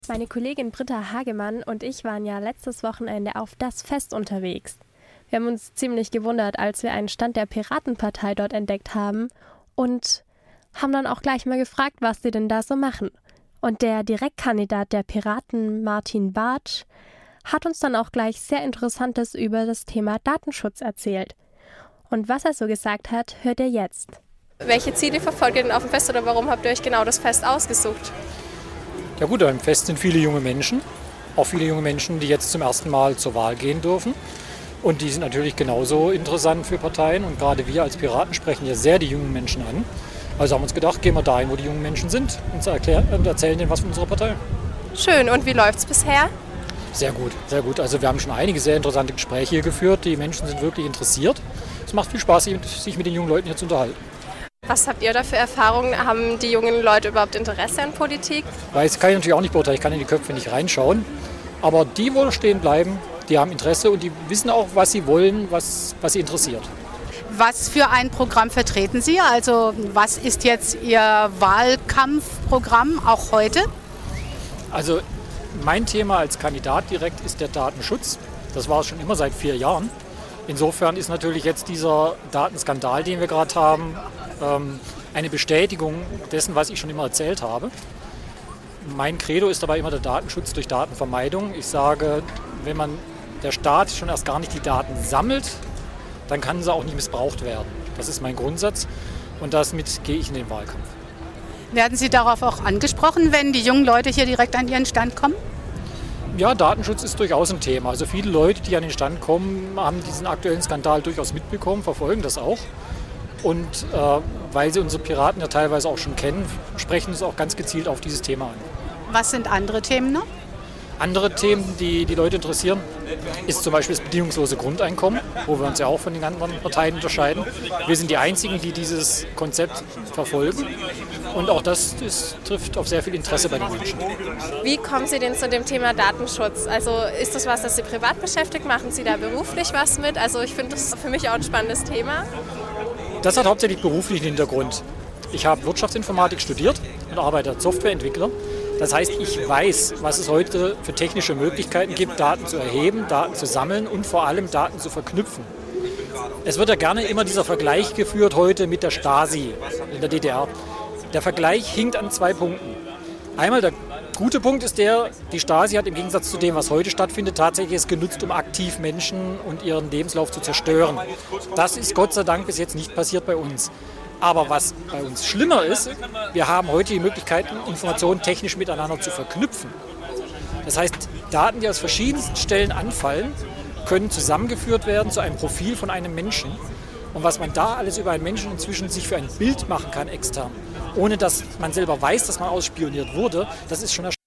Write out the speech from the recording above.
Meine Kollegin Britta Hagemann und ich waren ja letztes Wochenende auf das Fest unterwegs. Wir haben uns ziemlich gewundert, als wir einen Stand der Piratenpartei dort entdeckt haben und haben dann auch gleich mal gefragt, was sie denn da so machen. Und der Direktkandidat der Piraten, Martin Bartsch, hat uns dann auch gleich sehr Interessantes über das Thema Datenschutz erzählt. Und was er so gesagt hat, hört ihr jetzt. Welche Ziele verfolgt ihr denn auf dem Fest oder warum habt ihr euch genau das Fest ausgesucht? Ja gut, beim Fest sind viele junge Menschen, auch viele junge Menschen, die jetzt zum ersten Mal zur Wahl gehen dürfen. Und die sind natürlich genauso interessant für Parteien. Und gerade wir als Piraten sprechen ja sehr die jungen Menschen an. Also haben wir uns gedacht, gehen wir dahin, wo die jungen Menschen sind und erzählen denen was von unserer Partei. Schön, und wie läuft's bisher? Sehr gut, sehr gut. Also wir haben schon einige sehr interessante Gespräche hier geführt. Die Menschen sind wirklich interessiert. Es macht viel Spaß, sich mit den jungen Leuten hier zu unterhalten. Was habt ihr da für Erfahrungen? Haben die jungen Leute überhaupt Interesse an Politik? Das kann ich natürlich auch nicht beurteilen, ich kann in die Köpfe nicht reinschauen. Aber die wollen stehen bleiben, die haben Interesse und die wissen auch, was sie wollen, was sie interessiert. Was für ein Programm vertreten Sie? Also was ist jetzt Ihr Wahlkampfprogramm auch heute? Also mein Thema als Kandidat direkt ist der Datenschutz. Das war es schon immer seit 4 Jahren. Insofern ist natürlich jetzt dieser Datenskandal, den wir gerade haben, eine Bestätigung dessen, was ich schon immer erzählt habe. Mein Credo ist dabei immer der Datenschutz durch Datenvermeidung. Ich sage, wenn der Staat schon erst gar nicht die Daten sammelt, dann kann sie auch nicht missbraucht werden. Das ist mein Grundsatz und damit gehe ich in den Wahlkampf. Werden Sie darauf auch angesprochen, wenn die jungen Leute hier direkt an Ihren Stand kommen? Ja, Datenschutz ist durchaus ein Thema. Also viele Leute, die an den Stand kommen, haben diesen aktuellen Skandal durchaus mitbekommen, verfolgen das auch. Und weil sie unsere Piraten ja teilweise auch schon kennen, sprechen sie auch ganz gezielt auf dieses Thema an. Was sind andere Themen noch? Andere Themen, die die Leute interessieren, ist zum Beispiel das bedingungslose Grundeinkommen, wo wir uns ja auch von den anderen Parteien unterscheiden. Wir sind die Einzigen, die dieses Konzept verfolgen. Und auch das trifft auf sehr viel Interesse bei den Menschen. Wie kommen Sie denn zu dem Thema Datenschutz? Also ist das was, das Sie privat beschäftigt? Machen Sie da beruflich was mit? Also ich finde das für mich auch ein spannendes Thema. Das hat hauptsächlich beruflichen Hintergrund. Ich habe Wirtschaftsinformatik studiert und arbeite als Softwareentwickler. Das heißt, ich weiß, was es heute für technische Möglichkeiten gibt, Daten zu erheben, Daten zu sammeln und vor allem Daten zu verknüpfen. Es wird ja gerne immer dieser Vergleich geführt heute mit der Stasi in der DDR. Der Vergleich hinkt an 2 Punkten. Einmal der gute Punkt ist die Stasi hat im Gegensatz zu dem, was heute stattfindet, tatsächlich es genutzt, um aktiv Menschen und ihren Lebenslauf zu zerstören. Das ist Gott sei Dank bis jetzt nicht passiert bei uns. Aber was bei uns schlimmer ist, wir haben heute die Möglichkeiten, Informationen technisch miteinander zu verknüpfen. Das heißt, Daten, die aus verschiedensten Stellen anfallen, können zusammengeführt werden zu einem Profil von einem Menschen. Und was man da alles über einen Menschen inzwischen sich für ein Bild machen kann extern, ohne dass man selber weiß, dass man ausspioniert wurde, das ist schon erstaunlich.